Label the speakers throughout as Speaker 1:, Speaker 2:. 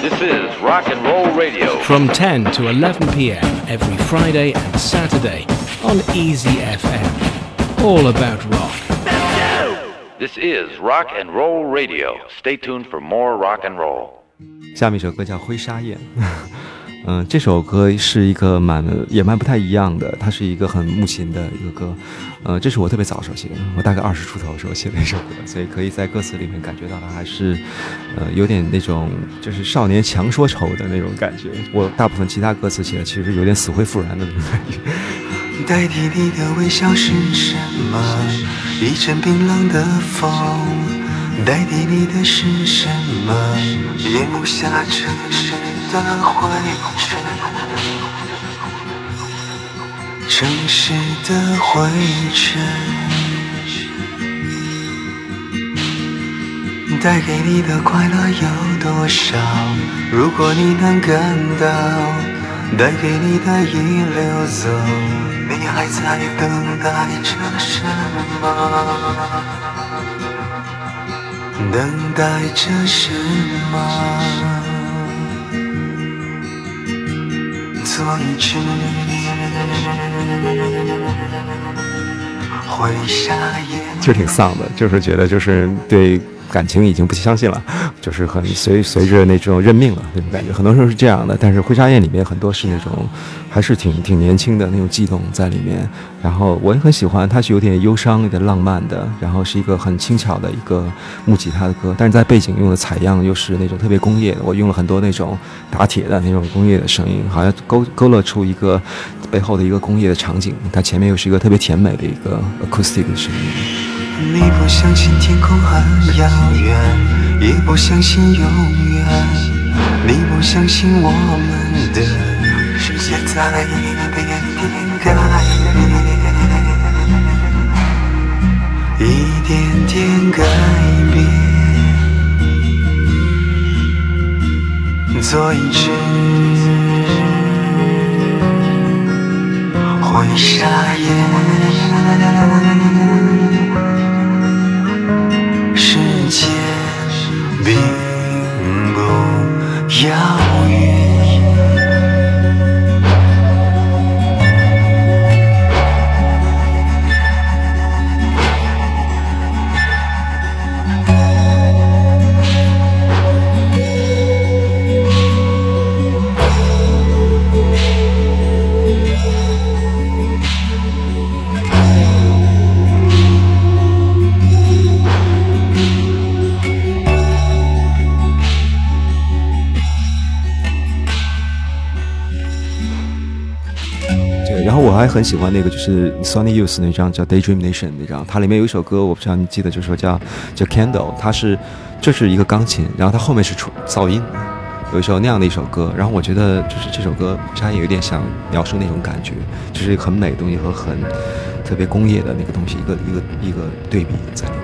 Speaker 1: This is Rock and Roll Radio.
Speaker 2: From 10 to 11 p.m. every Friday and Saturday on Easy FM. All about rock.
Speaker 1: This is Rock and Roll Radio. Stay tuned for more rock and roll.
Speaker 3: 下面一首歌叫《灰沙燕》。这首歌是一个也蛮不太一样的，它是一个很木琴的一个歌。这是我特别早时候写的，我大概20出头的时候写的一首歌，所以可以在歌词里面感觉到它还是有点那种就是少年强说愁的那种感觉。我大部分其他歌词写的其实有点死灰复燃的那种感觉。
Speaker 4: 代替你的微笑是什么？一阵冰冷的风。代替你的是什么？夜幕下城市的灰尘，城市的灰尘。带给你的快乐有多少？如果你能感到，带给你的已溜走，你还在等待着什么？等待着什么？做一只灰沙燕。
Speaker 3: 就挺丧的，就是觉得就是对感情已经不相信了，就是很随着那种认命了那种感觉，很多时候是这样的。但是《灰沙燕》里面很多是那种还是挺年轻的那种悸动在里面，然后我也很喜欢，它是有点忧伤有点浪漫的，然后是一个很轻巧的一个木吉他的歌，但是在背景用的采样又是那种特别工业的，我用了很多那种打铁的那种工业的声音，好像勾勒出一个背后的一个工业的场景，它前面又是一个特别甜美的一个 acoustic 的声音。
Speaker 4: 你不相信天空很遥远，也不相信永远，你不相信我们的世界在一点点改变，一点点改变，做一只灰沙燕。世界并不遥远。
Speaker 3: 然后我还很喜欢那个就是 Sony Youth 那张叫 Daydream Nation 那张，它里面有一首歌我不知道你记得，就是说叫 Candle， 这是一个钢琴，然后它后面是噪音，有一首那样的一首歌，然后我觉得就是这首歌它也有点想描述那种感觉，就是一个很美的东西和很特别工业的那个东西一个对比在里面。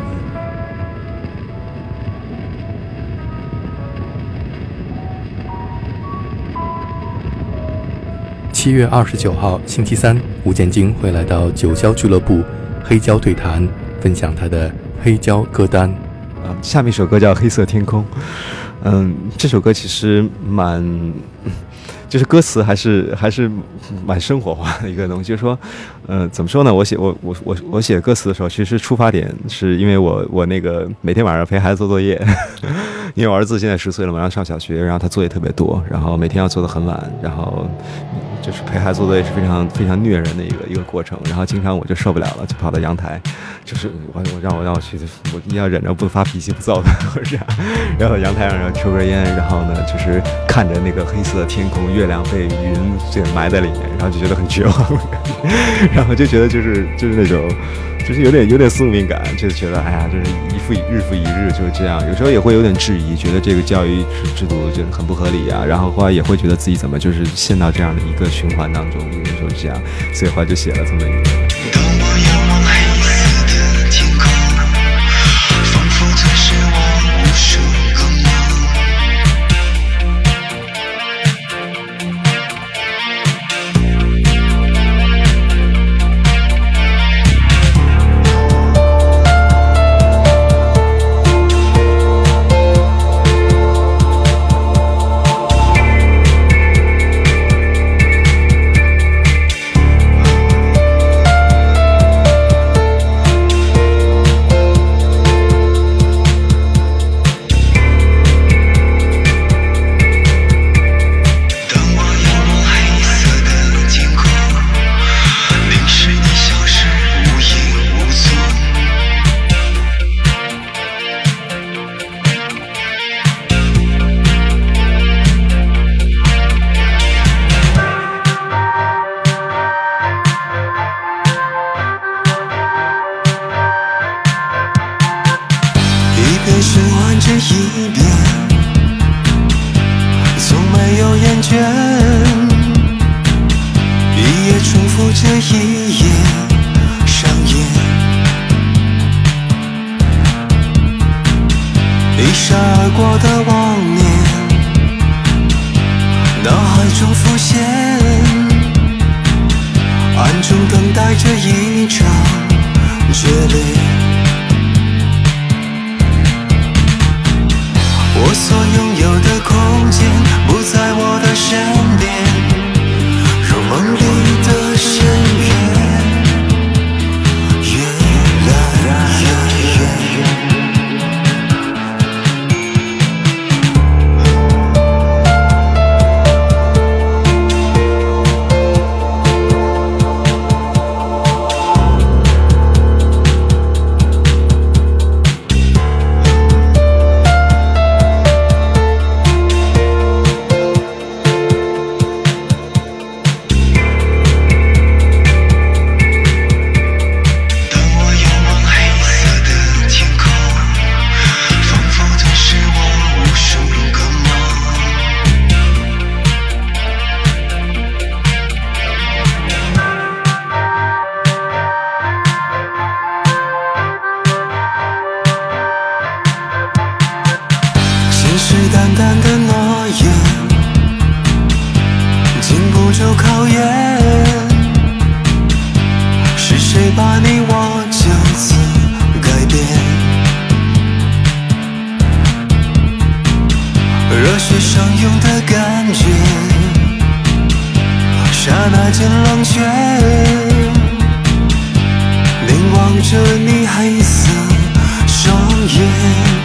Speaker 5: 7月29号星期三，吴建京会来到九霄俱乐部黑胶对谈，分享他的黑胶歌单。
Speaker 3: 下面一首歌叫《黑色天空》。这首歌其实就是歌词还是蛮生活化的一个东西。就是说，怎么说呢？我写歌词的时候，其实出发点是因为我那个每天晚上陪孩子做作业，因为我儿子现在10岁了嘛，然后上小学，然后他作业特别多，然后每天要做得很晚，然后就是陪孩子做作业是非常非常虐人的一个过程，然后经常我就受不了了，就跑到阳台，就是我让我去，我一定要忍着不发脾气不揍他，或者这样，然后阳台上抽根烟，然后呢就是看着那个黑色的天空，月亮被云这埋在里面，然后就觉得很绝望，然后就觉得就是那种。就是有点宿命感，就是觉得哎呀，就是日复一日就是这样。有时候也会有点质疑，觉得这个教育制度就很不合理啊。然后后来也会觉得自己怎么就是陷到这样的一个循环当中，有的时候这样，所以后来就写了这么一个。
Speaker 4: 当我仰望黑色的天空，仿佛吞噬我无数个梦。 一夜上演，一闪而过的妄念，脑海中浮现，暗中等待着一场决裂。我所拥有的空间不在我的身边，如梦里的深渊，越来越远。淡淡的诺言经不住考验，是谁把你我就此改变？热血上涌的感觉，刹那间冷却，凝望着你黑色双眼。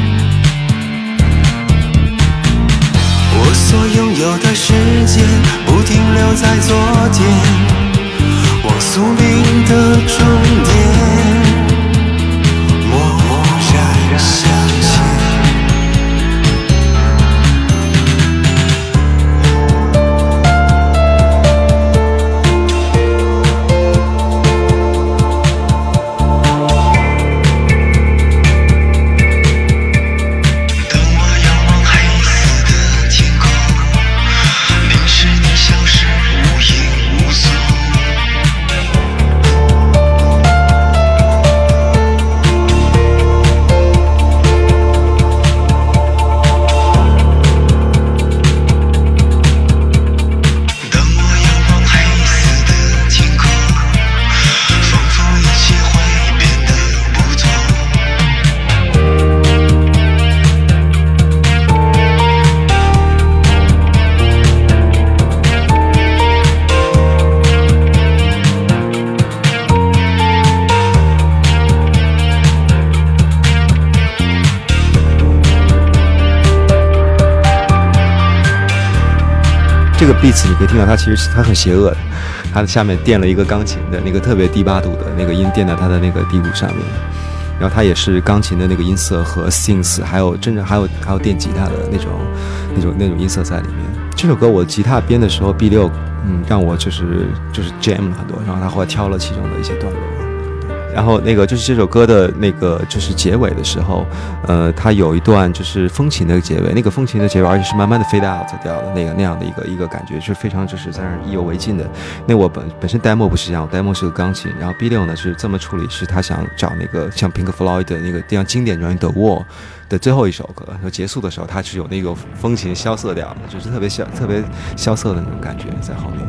Speaker 4: 我所拥有的时间不停留在昨天，往宿命的终点默然向前。
Speaker 3: 这个 beats 你可以听到它其实它很邪恶的，它的下面垫了一个钢琴的那个特别低八度的那个音垫在它的那个低鼓上面，然后它也是钢琴的那个音色和 synth 还有真正还有电吉他的那种音色在里面。这首歌我吉他编的时候 B6 让我就是 jam 了很多，然后他后来挑了其中的一些段落。然后那个就是这首歌的那个就是结尾的时候，它有一段就是风琴的结尾，那个风琴的结尾，而且是慢慢的 fade out 掉的那样的一个感觉，是非常就是在那儿意犹未尽的。那我本身 demo 不是这样 ，demo 是个钢琴，然后 B6 呢是这么处理，是他想找那个像 Pink Floyd 的那个这样经典专辑 The Wall 的最后一首歌，就结束的时候，它是有那个风琴萧瑟掉的，就是特别萧瑟的那种感觉在后面。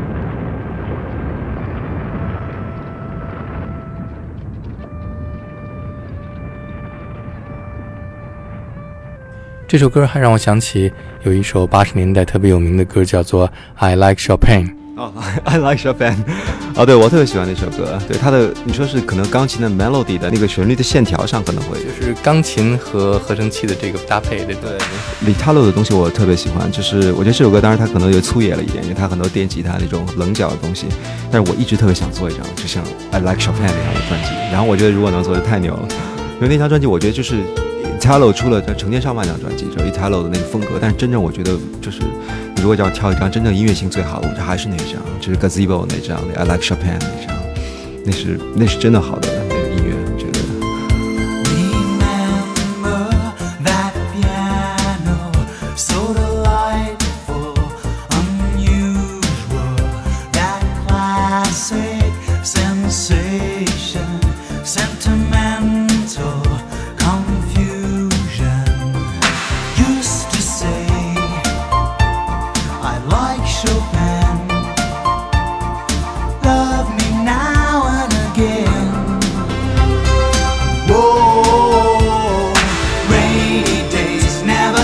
Speaker 5: 这首歌还让我想起有一首80年代特别有名的歌，叫做 I Like Chopin。
Speaker 3: I Like Chopin。对，我特别喜欢那首歌。对，它的你说是可能钢琴的 melody 的那个旋律的线条上可能会
Speaker 5: 就是钢琴和合成器的这个搭配的。
Speaker 3: 对 ，Italo 的东西我特别喜欢，就是我觉得这首歌当然它可能有粗野了一点，因为它很多电吉他那种棱角的东西，但是我一直特别想做一张就像 I Like Chopin 那样的专辑，然后我觉得如果能做就太牛了，因为那张专辑我觉得就是。Italo 出了成千上万张专辑，就是 Italo 的那个风格，但是真正我觉得就是你如果要挑一张真正音乐性最好的，我觉得还是那张，就是 Gazebo 那张 I Like Chopin 那张，那是真的好的那个音乐，我觉得。
Speaker 4: Classic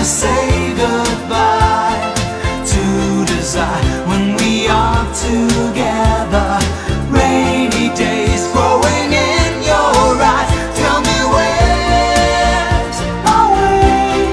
Speaker 4: say goodbye to desire when we are together. Rainy days growing in your eyes. Tell me where's our way?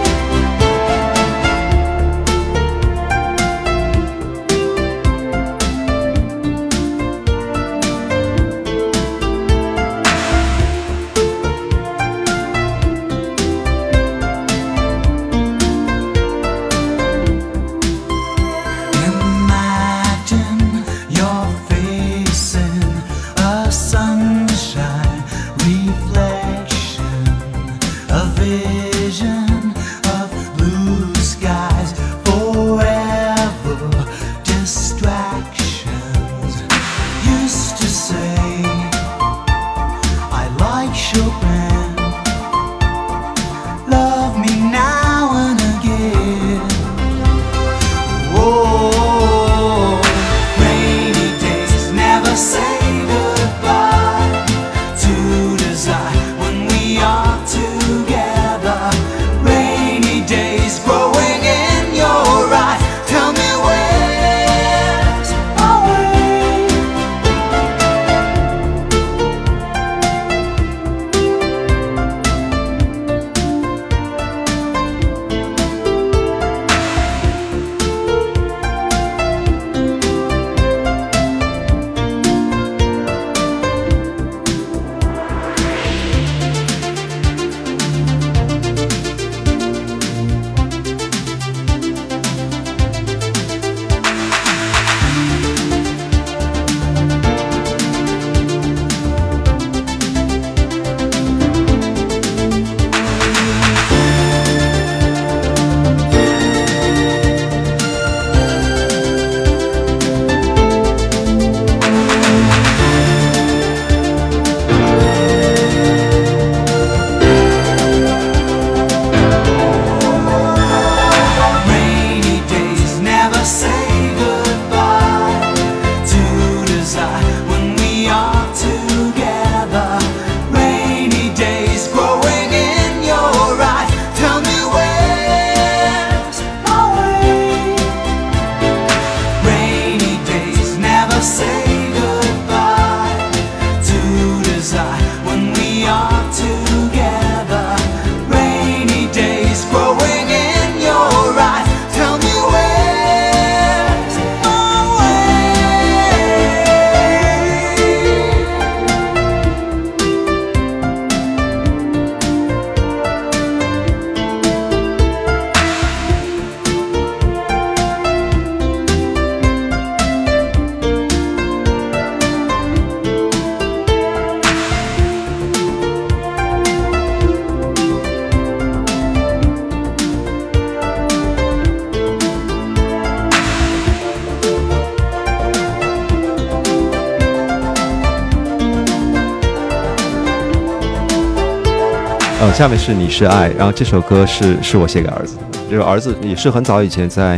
Speaker 4: Imagine you're facing a sunshine reflection, a vision of blue skies, forever distractions. Used to say I like Chopin, love me now and again. Whoa, rainy days never say goodbye to desire when we are together. Rainy days growing in your eyes. Tell me where's our way? Rainy days never say goodbye to desire when we are together. Rainy days growing in your eyes. Tell me where's our way? Rainy days never say goodbye to desire when we are together. Rainy days growing in your eyes. Tell me where's our way?
Speaker 3: 下面是你是爱，然后这首歌是我写给儿子的，这个儿子也是很早以前在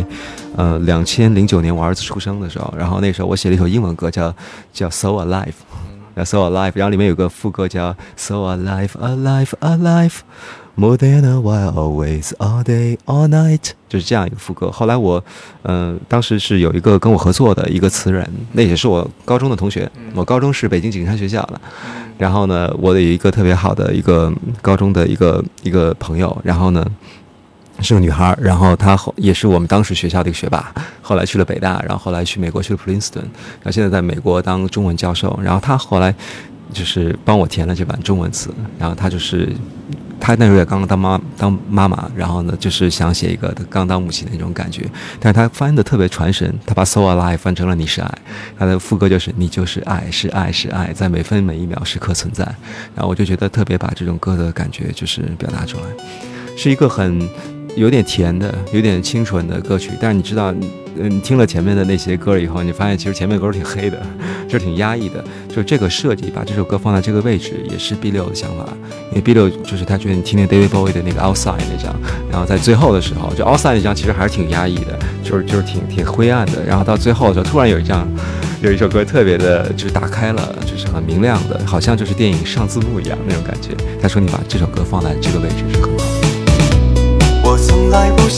Speaker 3: 2009年我儿子出生的时候，然后那时候我写了一首英文歌叫 So Alive， 叫 So Alive， 然后里面有个副歌叫 So Alive Alive Alive More than a while always all day all night， 就是这样一个副歌。后来我当时是有一个跟我合作的一个词人，那也是我高中的同学，我高中是北京景山学校的，然后呢我有一个特别好的一个高中的一个朋友，然后呢是个女孩，然后她也是我们当时学校的一个学霸，后来去了北大，然后后来去美国去了普林斯顿，然后现在在美国当中文教授，然后她后来就是帮我填了这版中文词，然后她那时候也刚刚当妈妈，然后呢就是想写一个刚当母亲的那种感觉，但是她翻的特别传神，她把 So Alive 翻成了你是爱，她的副歌就是你就是爱，是爱是爱，在每分每一秒时刻存在，然后我就觉得特别把这种歌的感觉就是表达出来，是一个很有点甜的有点清纯的歌曲，但是你知道你听了前面的那些歌以后，你发现其实前面歌挺黑的，就是挺压抑的，就这个设计把这首歌放在这个位置也是 B6 的想法，因为 B6 就是他觉得你听那 David Bowie 的那个 Outside 那张，然后在最后的时候就 Outside 那张其实还是挺压抑的，就是挺灰暗的，然后到最后的时候突然有一首歌特别的就是打开了，就是很明亮的，好像就是电影上字幕一样那种感觉，他说你把这首歌放在这个位置是很好的。
Speaker 4: 我从来不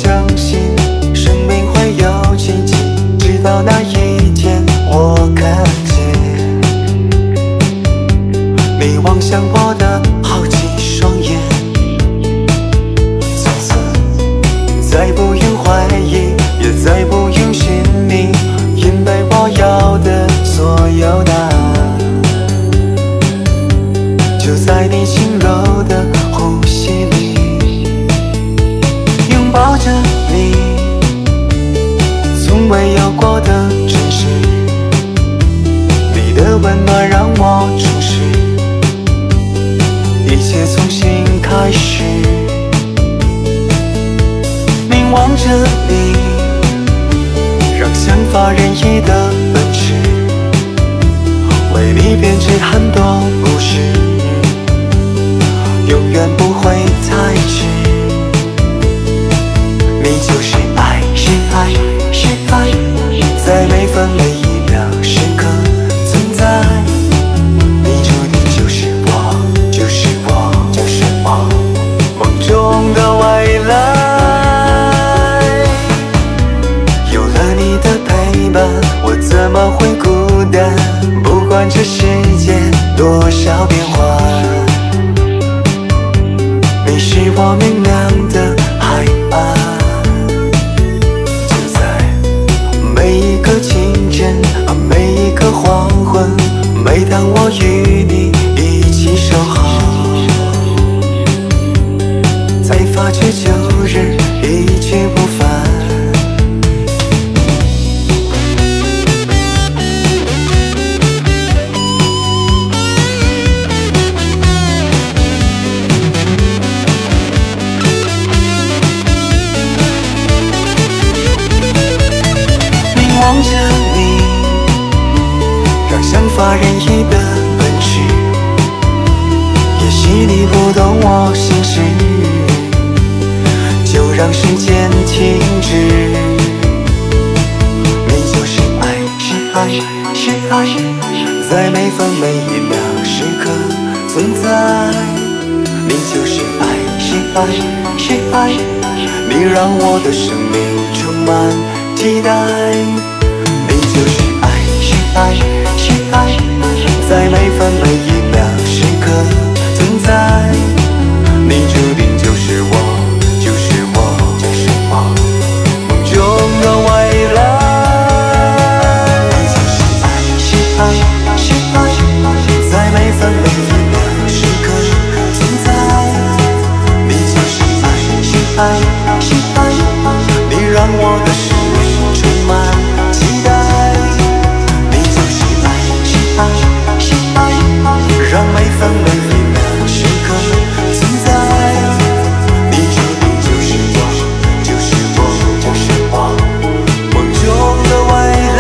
Speaker 4: 再不用怀疑，也再不用寻觅，因为我要的所有答案就在你轻柔的呼吸里，拥抱着你从未有过的真实，你的温暖让我重视，一切从新开始，凝望着你，让想法任意的奔驰，为你编织很多故事，永远不会太迟。你就是爱，是爱，是爱，在每分每一秒时刻存在。你注定就是我，就是我，就是我梦中的未来。有了你的陪伴，我怎么会孤单？不管这世界多少变幻，你是我明亮的海岸。就在每一个清晨，每一个黄昏，每当我与你一起守候，才发觉旧日一去不返。望着你，让想法任意的奔驰，也许你不懂我心事，就让时间停止。你就是爱，是爱，是爱，在每分每一秒时刻存在。你就是爱，是爱，是爱，你让我的生命充满期待。你就是爱，是爱，是爱，在每分每一秒时刻存在。你注定就是我，就是我，就是我梦中的未来。你就是爱，是爱，是爱，在每分每一秒时刻存在。你就是爱，是爱，是爱，你让我的生命充满让每分每一秒时刻存在。你注定就是我，就是我，就是我梦中的未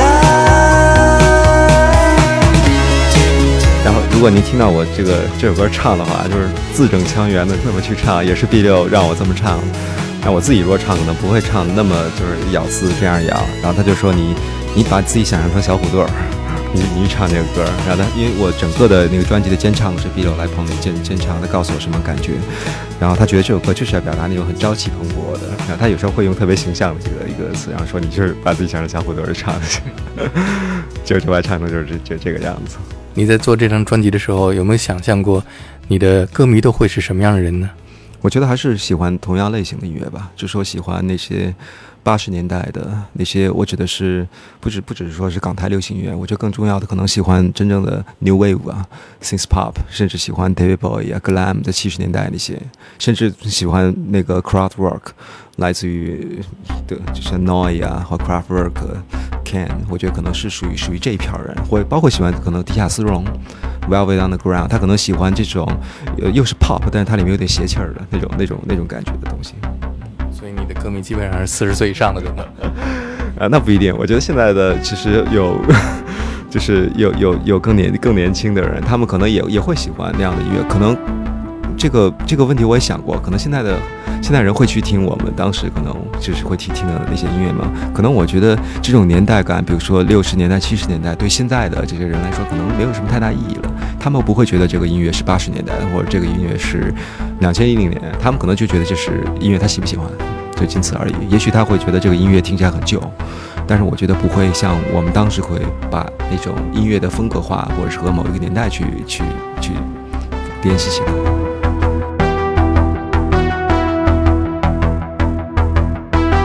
Speaker 4: 来。
Speaker 3: 然后如果您听到我这首歌唱的话，就是字正腔圆的那么去唱，也是 B6让我这么唱。然后我自己如果唱可能不会唱那么就是咬字这样咬，然后他就说你把自己想象成小虎队儿，你唱这个歌，然后因为我整个的那个专辑的监唱是 B6来捧你监唱，他告诉我什么感觉，然后他觉得这首歌就是要表达那种很朝气蓬勃的，然后他有时候会用特别形象的一个词，然后说你就是把自己想成小虎队儿唱的，就是我唱的就是这个样子。
Speaker 5: 你在做这张专辑的时候，有没有想象过你的歌迷都会是什么样的人呢？
Speaker 3: 我觉得还是喜欢同样类型的音乐吧，就是说喜欢那些80年代的那些，我指的是不只是说是港台流行音乐，我觉得更重要的可能喜欢真正的 New Wave 啊 Synth Pop， 甚至喜欢 David Bowie 啊 Glam 的70年代那些，甚至喜欢那个 Kraftwerk， 来自于的就像 Noi 啊或 Kraftwerk、Can， 我觉得可能是属于这一票人，或包括喜欢可能地下丝绒Velvet Underground， 他可能喜欢这种又是 pop， 但是它里面有点邪气儿的那种感觉的东西。
Speaker 5: 所以你的歌迷基本上是40岁以上的，对吗？
Speaker 3: 那不一定，我觉得现在的其实就是有更年轻的人，他们可能也会喜欢那样的音乐。可能这个问题我也想过，可能现在人会去听我们当时可能就是会听的那些音乐吗？可能我觉得这种年代感，比如说60年代、70年代，对现在的这些人来说，可能没有什么太大意义了。他们不会觉得这个音乐是80年代的，或者这个音乐是2010年，他们可能就觉得这是音乐，他喜不喜欢，就仅此而已。也许他会觉得这个音乐听起来很旧，但是我觉得不会像我们当时会把那种音乐的风格化，或者是和某一个年代去联系起来。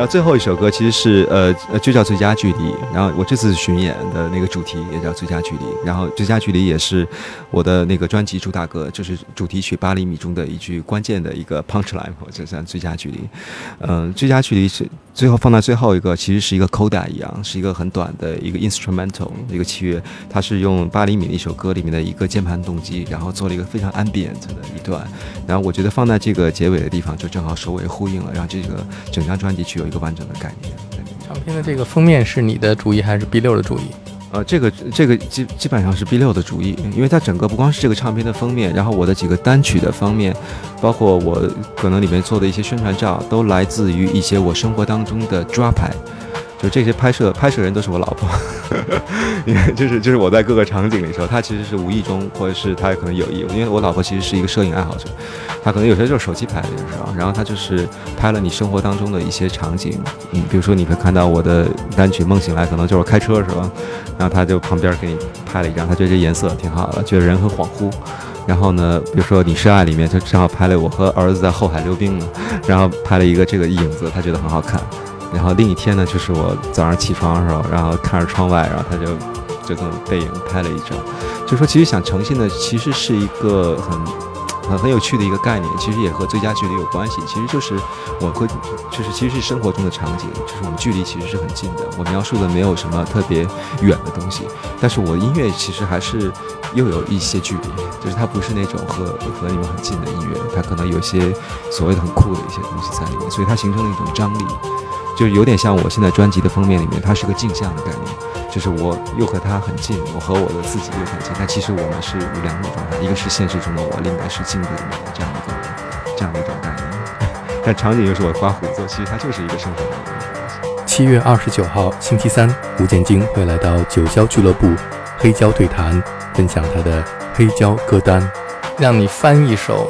Speaker 3: 然后最后一首歌其实是就叫最佳距离，然后我这次巡演的那个主题也叫最佳距离，然后最佳距离也是我的那个专辑主打歌，就是主题曲8厘米中的一句关键的一个 punchline， 我就像最佳距离。最佳距离是最后放在最后一个，其实是一个 coda 一样，是一个很短的一个 instrumental 一个器乐，它是用8厘米的一首歌里面的一个键盘动机，然后做了一个非常 ambient 的一段，然后我觉得放在这个结尾的地方就正好首尾呼应了，让这个整张专辑具有一个完整的概念。
Speaker 5: 唱片的这个封面是你的主意还是 B6 的主意？
Speaker 3: 这个基本上是 B6 的主意，因为它整个不光是这个唱片的封面，然后我的几个单曲的方面，包括我可能里面做的一些宣传照，都来自于一些我生活当中的抓拍。就这些拍摄人都是我老婆，因为就是我在各个场景里的时候，她其实是无意中，或者是她可能有意，因为我老婆其实是一个摄影爱好者，她可能有些就是手机拍的，有时候，然后她就是拍了你生活当中的一些场景，比如说你会看到我的单曲《梦醒来》，可能就是开车是吧？然后她就旁边给你拍了一张，她觉得这颜色挺好的，觉得人很恍惚。然后呢，比如说《你是爱》里面，就正好拍了我和儿子在后海溜冰呢，然后拍了一个这个影子，她觉得很好看。然后另一天呢，就是我早上起床的时候，然后看着窗外，然后他就这种背影拍了一张，就说其实想呈现的其实是一个很有趣的一个概念，其实也和最佳距离有关系。其实就是其实是生活中的场景，就是我们距离其实是很近的，我描述的没有什么特别远的东西，但是我音乐其实还是又有一些距离，就是它不是那种和你们很近的音乐，它可能有一些所谓的很酷的一些东西在里面，所以它形成了一种张力。就是有点像我现在专辑的封面里面，它是个镜像的概念，就是我又和它很近，我和我的自己又很近，但其实我们是有两种状态，一个是现实中的我，另一个是镜子里面的这样的一种概念。但场景又是我刮胡子，其实它就是一个生活中的东
Speaker 5: 7
Speaker 3: 西。
Speaker 5: 月29号星期三，吴建京会来到九霄俱乐部黑胶对谈，分享他的黑胶歌单。让你翻一首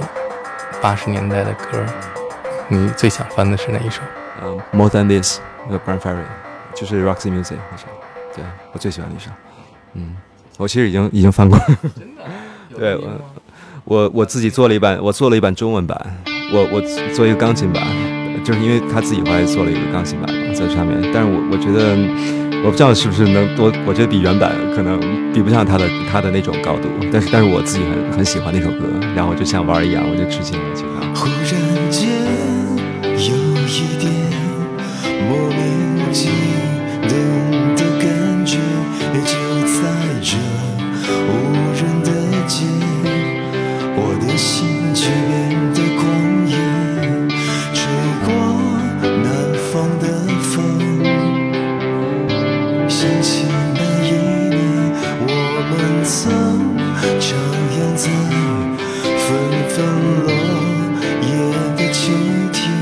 Speaker 5: 80年代的歌，你最想翻的是哪一首
Speaker 3: ？More Than This， 那个 Bryan Ferry， 就是 Roxy Music 那首，对我最喜欢的一首。我其实已经翻过。真的？对，我自己做了一版中文版，我做一个钢琴版，就是因为他自己后来做了一个钢琴版在上面，但是我觉得我不知道是不是能多，我觉得比原版可能比不上他的那种高度，但是我自己很喜欢那首歌，然后我就像玩一样，我就致敬了去他。
Speaker 4: 忽然间有一点莫名激动的感觉，也就在这无人的街，我的心却变得狂野，吹过南方的风，想起那一年我们曾徜徉在纷纷落叶的秋天，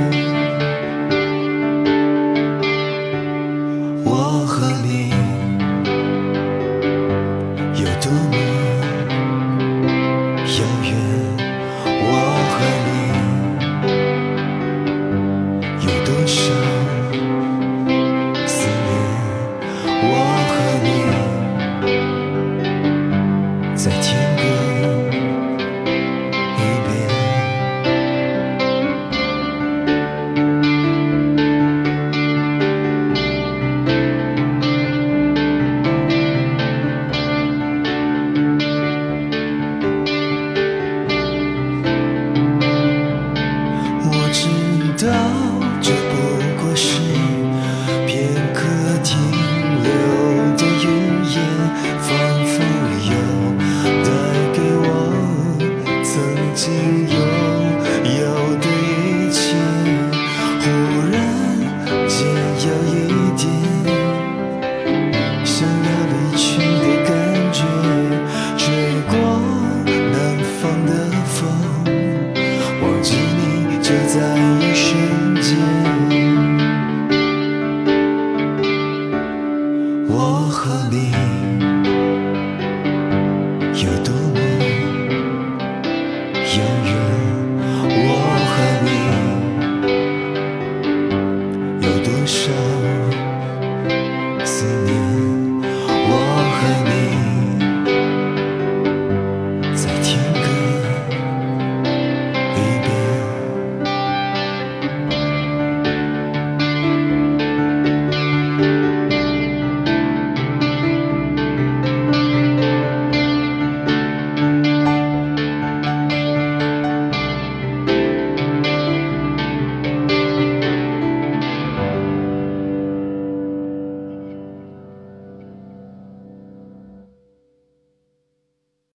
Speaker 4: 我和你有多么遥远，我和你有多少思念，我和你在天各一边。我知道这不过是片刻停留的云烟，仿佛又带给我曾经拥有的一切，忽然间有一点想要离去的感觉，吹过南方的风，忘记你就在一瞬